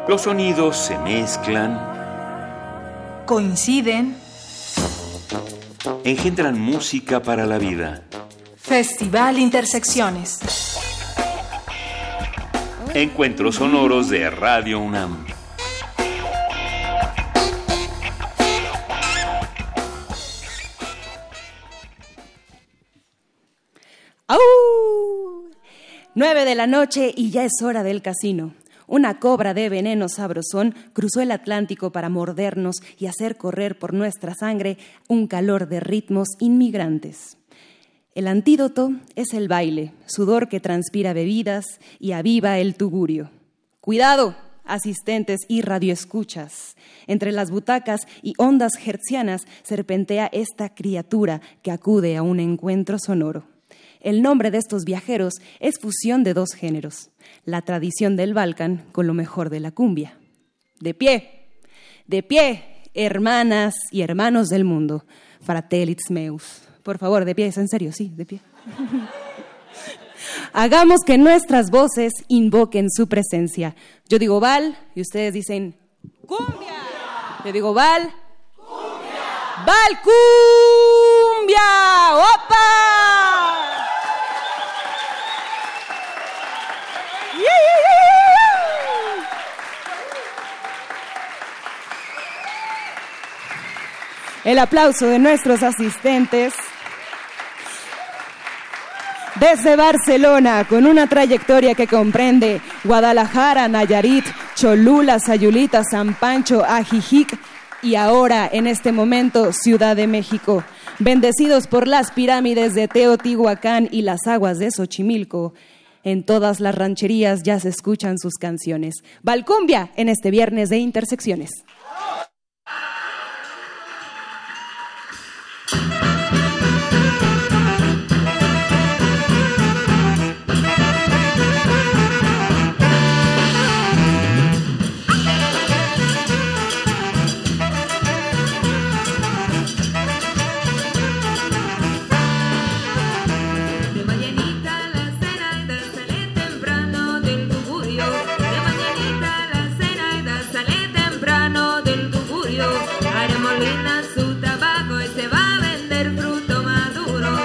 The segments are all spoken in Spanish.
Los sonidos se mezclan, coinciden, engendran música para la vida. Festival Intersecciones. Encuentros sonoros de Radio UNAM. ¡Au! 9 de la noche y ya es hora del casino. Una cobra de veneno sabrosón cruzó el Atlántico para mordernos y hacer correr por nuestra sangre un calor de ritmos inmigrantes. El antídoto es el baile, sudor que transpira bebidas y aviva el tugurio. ¡Cuidado, asistentes y radioescuchas! Entre las butacas y ondas hertzianas serpentea esta criatura que acude a un encuentro sonoro. El nombre de estos viajeros es fusión de dos géneros, la tradición del Balkan con lo mejor de la cumbia. De pie, hermanas y hermanos del mundo, fratellis meus. Por favor, de pie, es en serio, sí, de pie. Hagamos que nuestras voces invoquen su presencia. Yo digo Val y ustedes dicen cumbia. Yo digo Val. Cumbia. Val cumbia. ¡Opa! El aplauso de nuestros asistentes. Desde Barcelona, con una trayectoria que comprende Guadalajara, Nayarit, Cholula, Sayulita, San Pancho, Ajijic y ahora, en este momento, Ciudad de México. Bendecidos por las pirámides de Teotihuacán y las aguas de Xochimilco. En todas las rancherías ya se escuchan sus canciones. Valcumbia en este viernes de Intersecciones. Aremolina su tabaco y se va a vender fruto maduro.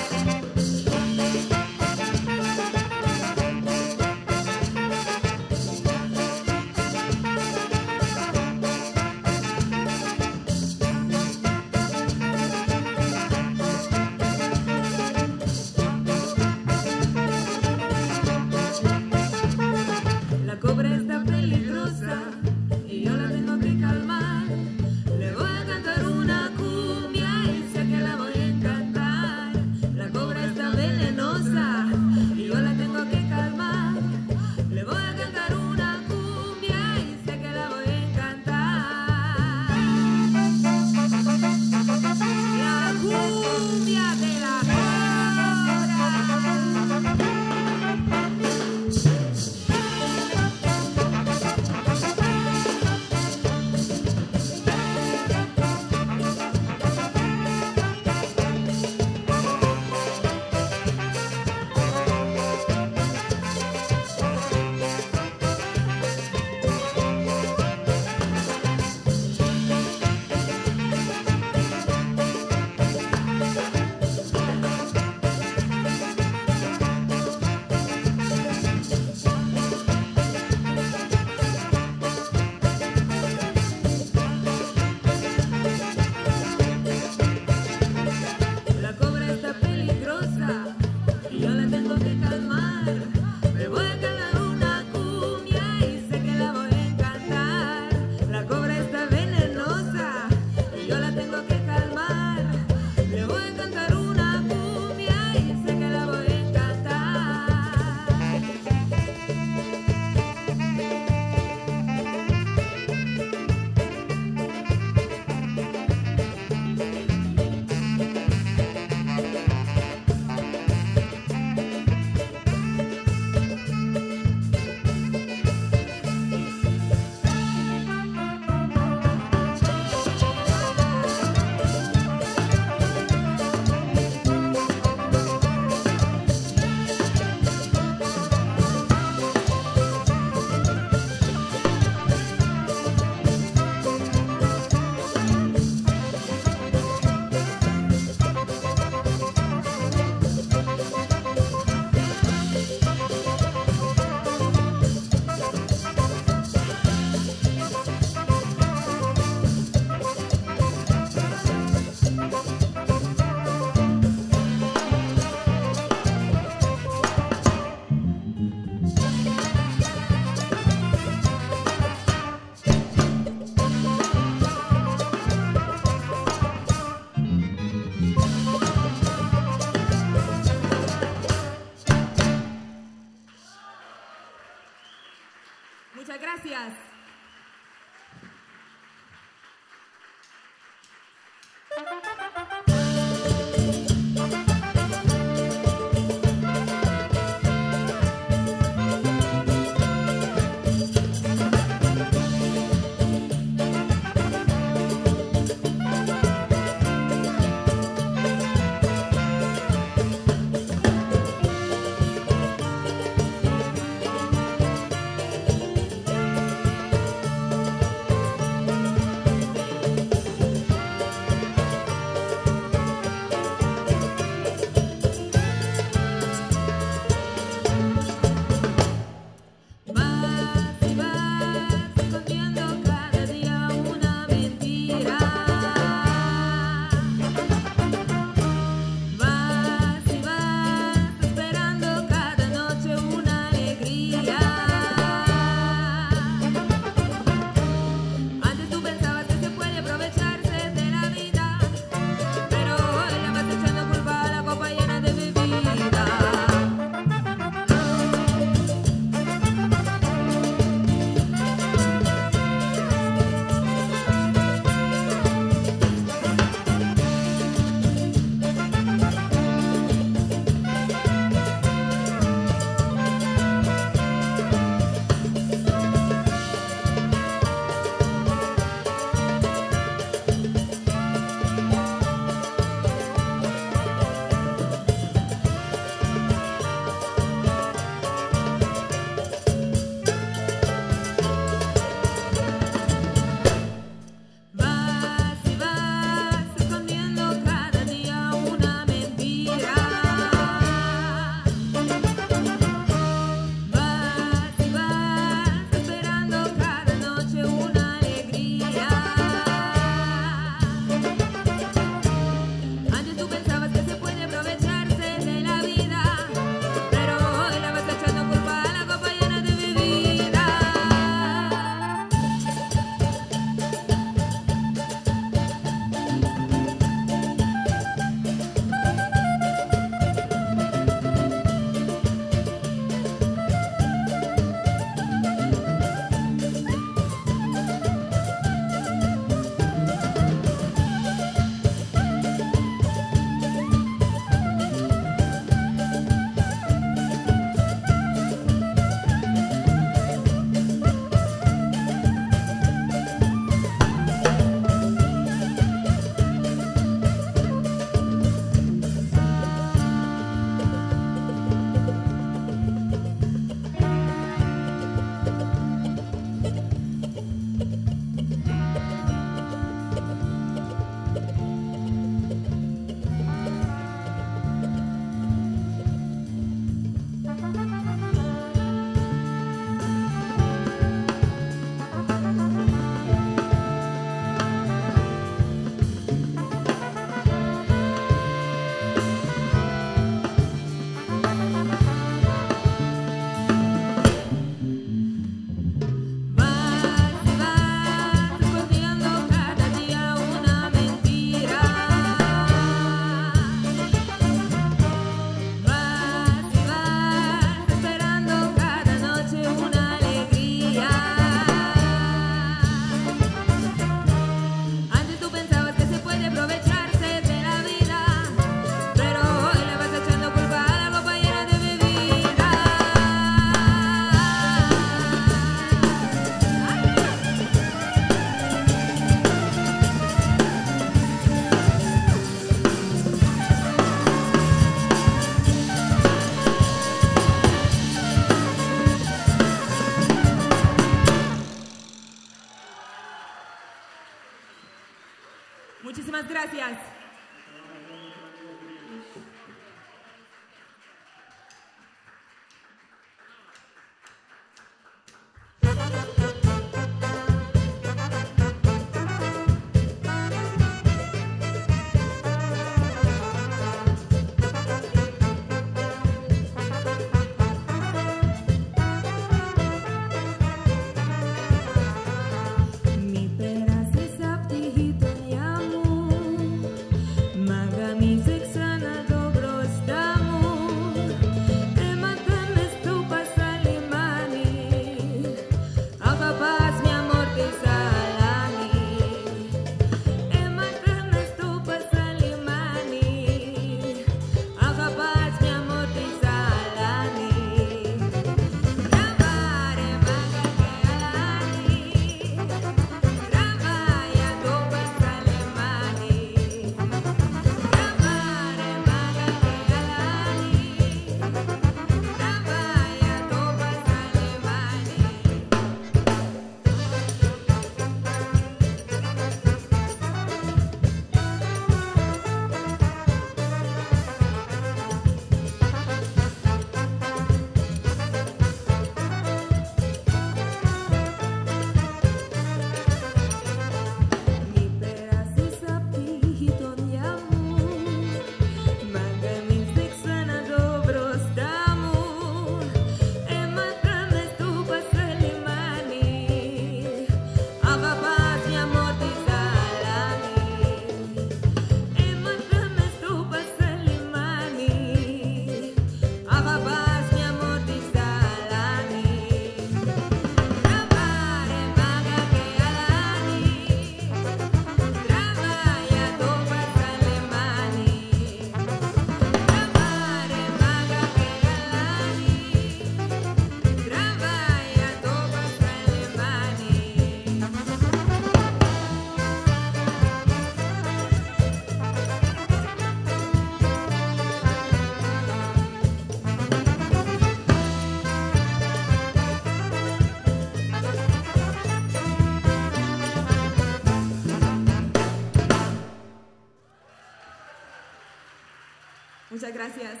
Muchas gracias.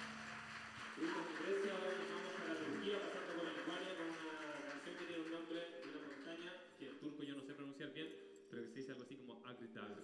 Pero que se dice algo así como Agrital.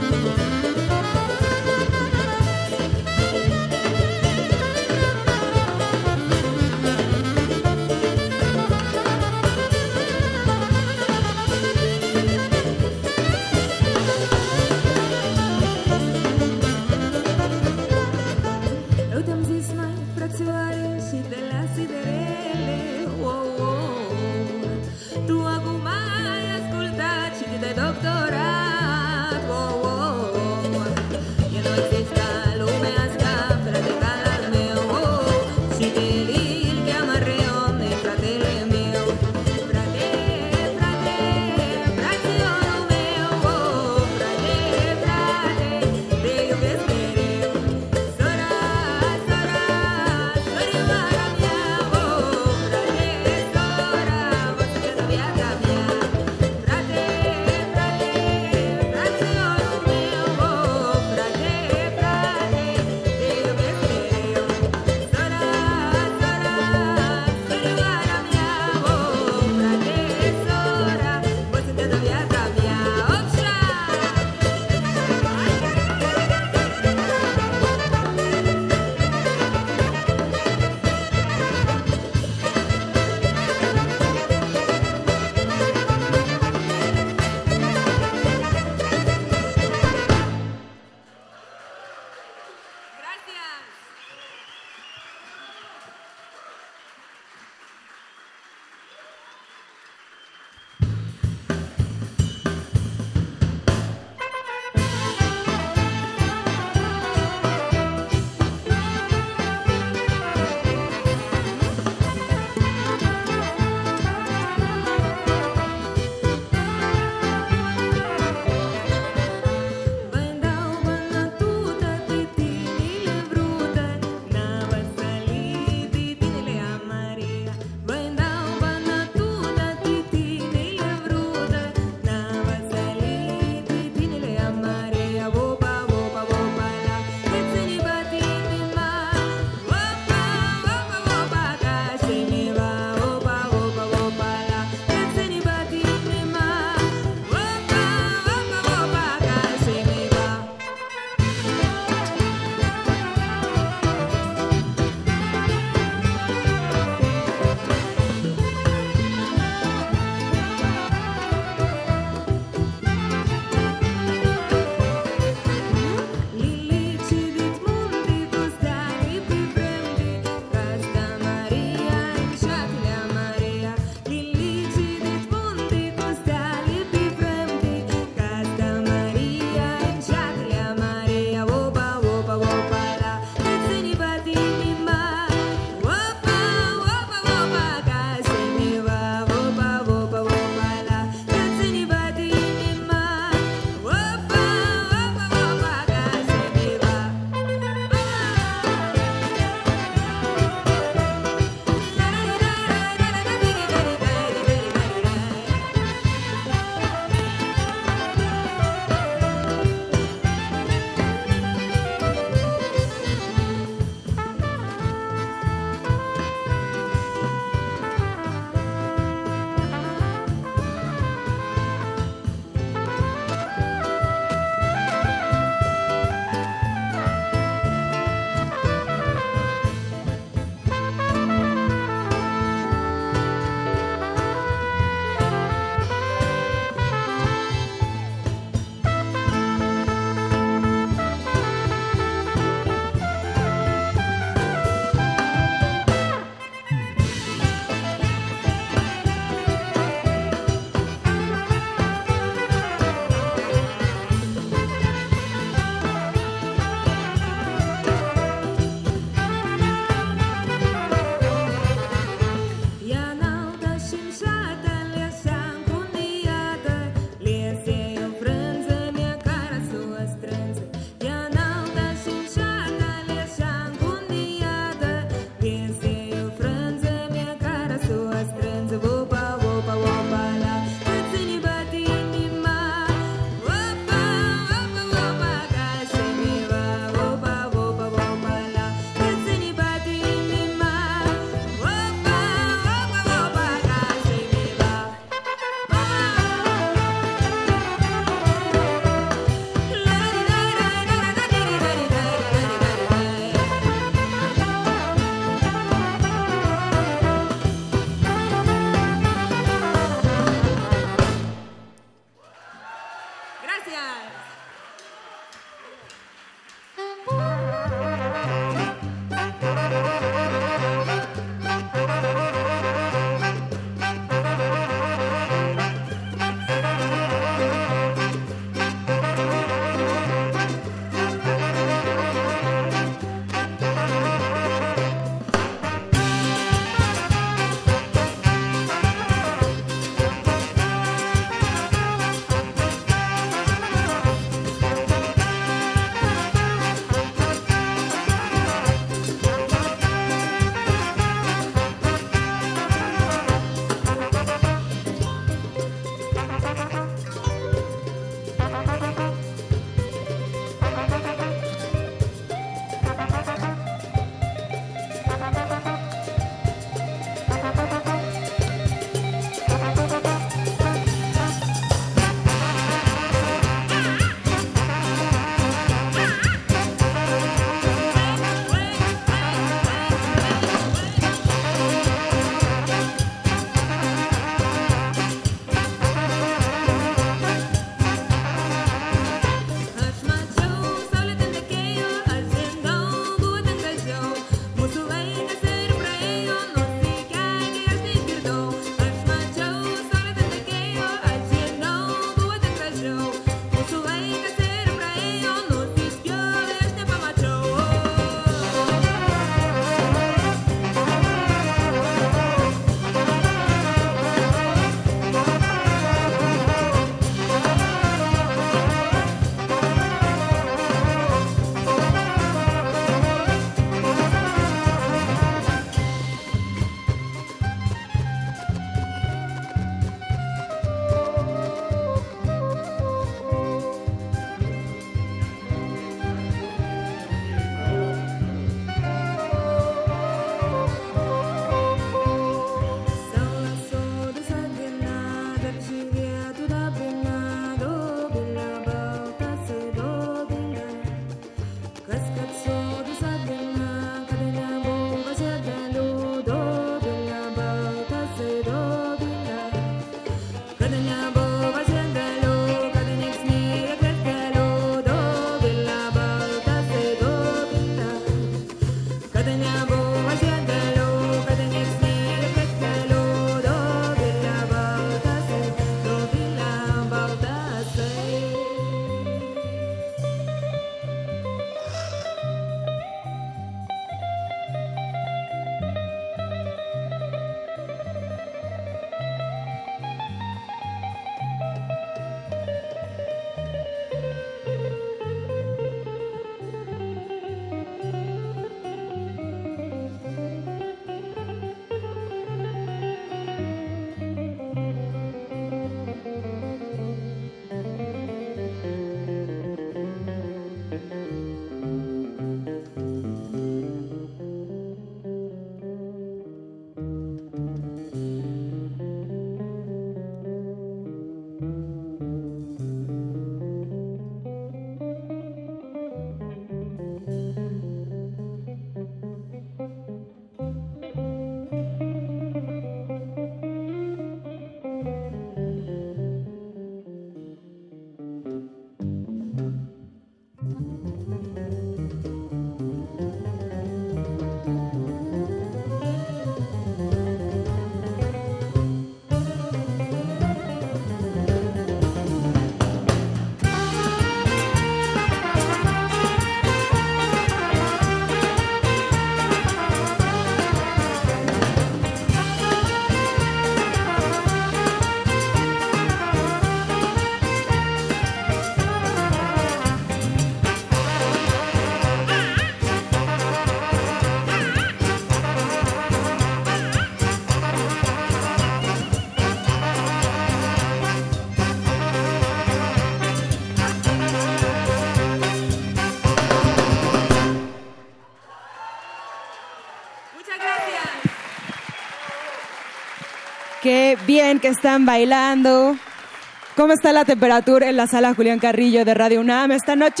Qué bien que están bailando. ¿Cómo está la temperatura en la sala Julián Carrillo de Radio UNAM esta noche?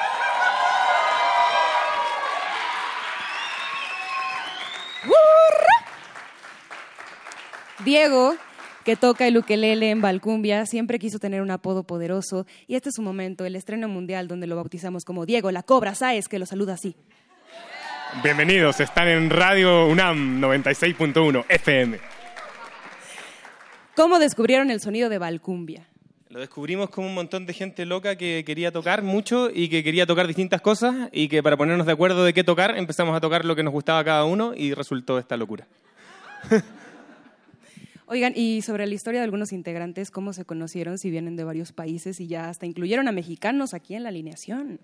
Diego, que toca el ukelele en Valcumbia, siempre quiso tener un apodo poderoso y este es su momento, el estreno mundial donde lo bautizamos como Diego, la Cobra Sáez, que lo saluda así. Bienvenidos, están en Radio UNAM 96.1 FM. ¿Cómo descubrieron el sonido de Valcumbia? Lo descubrimos como un montón de gente loca que quería tocar mucho y que quería tocar distintas cosas y que para ponernos de acuerdo de qué tocar empezamos a tocar lo que nos gustaba a cada uno y resultó esta locura. Oigan, y sobre la historia de algunos integrantes, ¿cómo se conocieron? Si vienen de varios países y ya hasta incluyeron a mexicanos aquí en la alineación.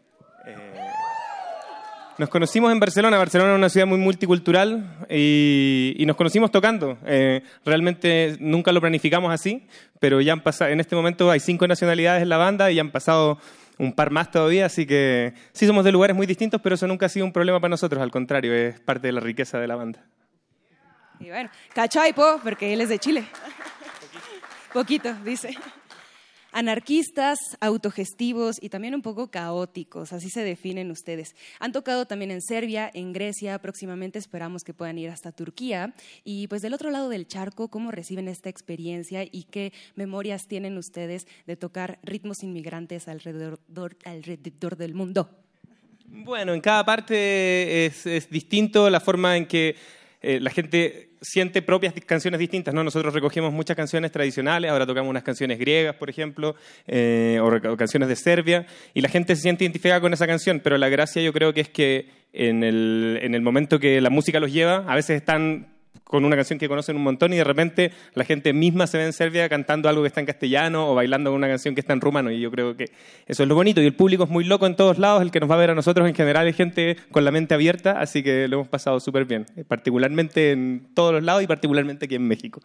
Nos conocimos en Barcelona. Barcelona es una ciudad muy multicultural y nos conocimos tocando. Realmente nunca lo planificamos así, pero ya han pasado, en este momento hay 5 nacionalidades en la banda y ya han pasado un par más todavía, así que sí somos de lugares muy distintos, pero eso nunca ha sido un problema para nosotros, al contrario, es parte de la riqueza de la banda. Y bueno, cachaipo, porque él es de Chile. Poquito, dice. Anarquistas, autogestivos y también un poco caóticos, así se definen ustedes. Han tocado también en Serbia, en Grecia, próximamente esperamos que puedan ir hasta Turquía. Y pues del otro lado del charco, ¿cómo reciben esta experiencia y qué memorias tienen ustedes de tocar ritmos inmigrantes alrededor del mundo? Bueno, en cada parte es distinto la forma en que la gente siente propias canciones distintas, ¿no? Nosotros recogemos muchas canciones tradicionales, ahora tocamos unas canciones griegas, por ejemplo, o canciones de Serbia, y la gente se siente identificada con esa canción, pero la gracia yo creo que es que en el momento que la música los lleva, a veces están con una canción que conocen un montón y de repente la gente misma se ve en Serbia cantando algo que está en castellano o bailando con una canción que está en rumano, y yo creo que eso es lo bonito, y el público es muy loco en todos lados. El que nos va a ver a nosotros en general es gente con la mente abierta, así que lo hemos pasado súper bien, particularmente en todos los lados y particularmente aquí en México.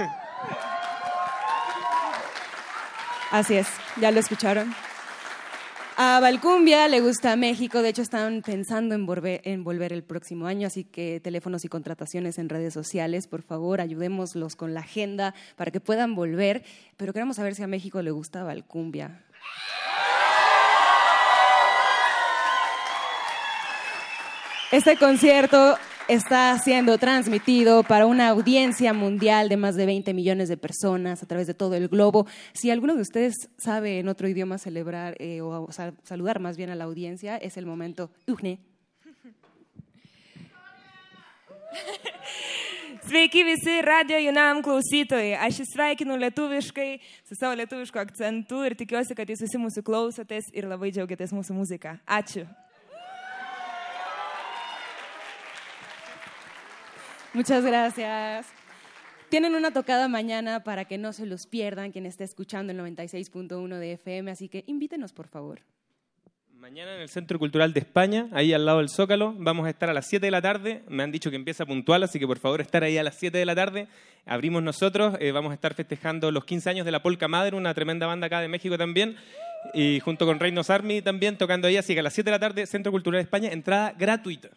Así es, ya lo escucharon. A Valcumbia le gusta México, de hecho están pensando en volver el próximo año, así que teléfonos y contrataciones en redes sociales, por favor, ayudémoslos con la agenda para que puedan volver, pero queremos saber si a México le gusta Valcumbia. Este concierto está siendo transmitido para una audiencia mundial de más de 20 millones de personas a través de todo el globo. Si alguno de ustedes sabe en otro idioma celebrar saludar más bien a la audiencia, es el momento. Sveiki visi Radio Jaunam klausytojai. Aš jūs sveikinu lietuviškai, su savo lietuvišku akcentu ir tikiuosi, kad jūs visi mūsų klausotės ir labai džiaugiatės mūsų muziką. Ačiū. Muchas gracias. Tienen una tocada mañana para que no se los pierdan quien esté escuchando el 96.1 de FM, así que invítenos, por favor. Mañana en el Centro Cultural de España, ahí al lado del Zócalo, vamos a estar a las 7 de la tarde. Me han dicho que empieza puntual, así que por favor estar ahí a las 7 de la tarde. Abrimos nosotros, vamos a estar festejando los 15 años de la Polka Madre, una tremenda banda acá de México también, y junto con Reinos Army también tocando ahí, así que a las 7 de la tarde, Centro Cultural de España, entrada gratuita.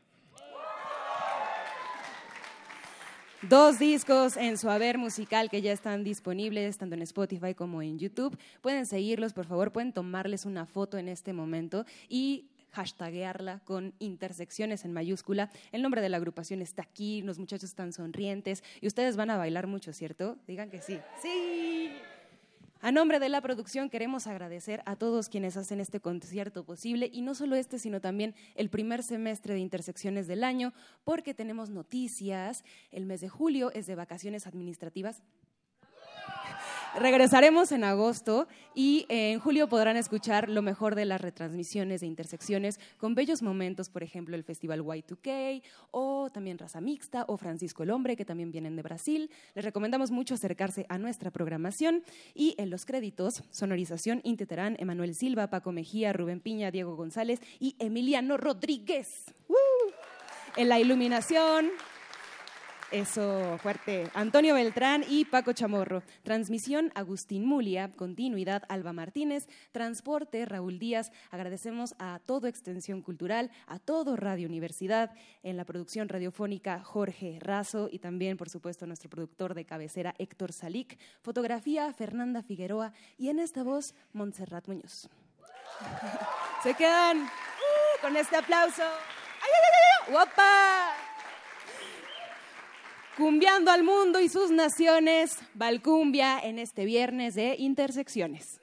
2 discos en su haber musical que ya están disponibles tanto en Spotify como en YouTube. Pueden seguirlos, por favor, pueden tomarles una foto en este momento y hashtaguearla con Intersecciones en mayúscula. El nombre de la agrupación está aquí, los muchachos están sonrientes y ustedes van a bailar mucho, ¿cierto? Digan que sí. ¡Sí! A nombre de la producción queremos agradecer a todos quienes hacen este concierto posible y no solo este, sino también el primer semestre de Intersecciones del año, porque tenemos noticias. El mes de julio es de vacaciones administrativas. Regresaremos en agosto y en julio podrán escuchar lo mejor de las retransmisiones de Intersecciones con bellos momentos, por ejemplo, el Festival Y2K o también Raza Mixta o Francisco el Hombre, que también vienen de Brasil. Les recomendamos mucho acercarse a nuestra programación y en los créditos, sonorización, Inti Terán, Emanuel Silva, Paco Mejía, Rubén Piña, Diego González y Emiliano Rodríguez. En la iluminación... Eso, fuerte. Antonio Beltrán y Paco Chamorro. Transmisión, Agustín Mulia. Continuidad, Alba Martínez. Transporte, Raúl Díaz. Agradecemos a todo Extensión Cultural, a todo Radio Universidad. En la producción radiofónica, Jorge Razo. Y también, por supuesto, nuestro productor de cabecera, Héctor Salic. Fotografía, Fernanda Figueroa. Y en esta voz, Montserrat Muñoz. Se quedan con este aplauso. ¡Ay, ay, ay, ay! ¡Guapa! Cumbiando al mundo y sus naciones, Valcumbia en este viernes de Intersecciones.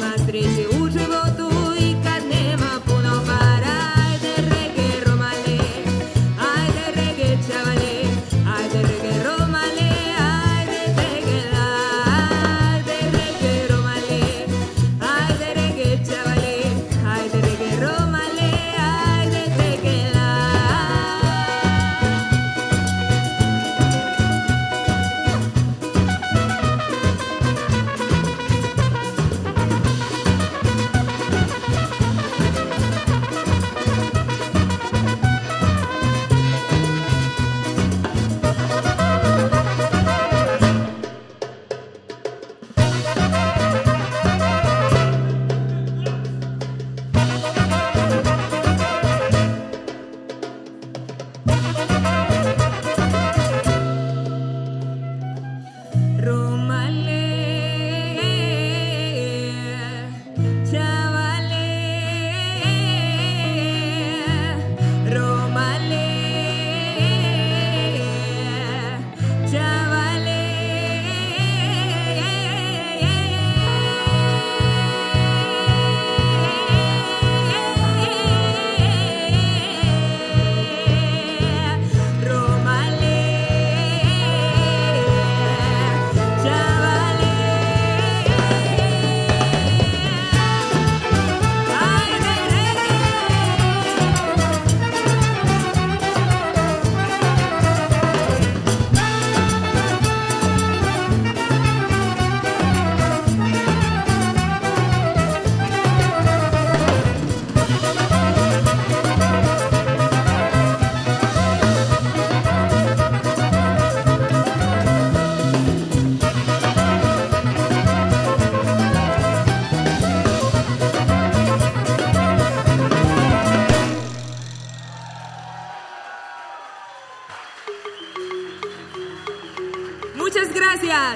Muchas gracias.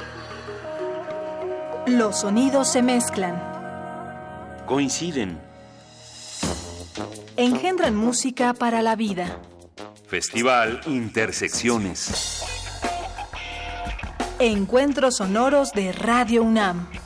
Los sonidos se mezclan, Coinciden. engendran música para la vida. Festival Intersecciones. Encuentros sonoros de Radio UNAM.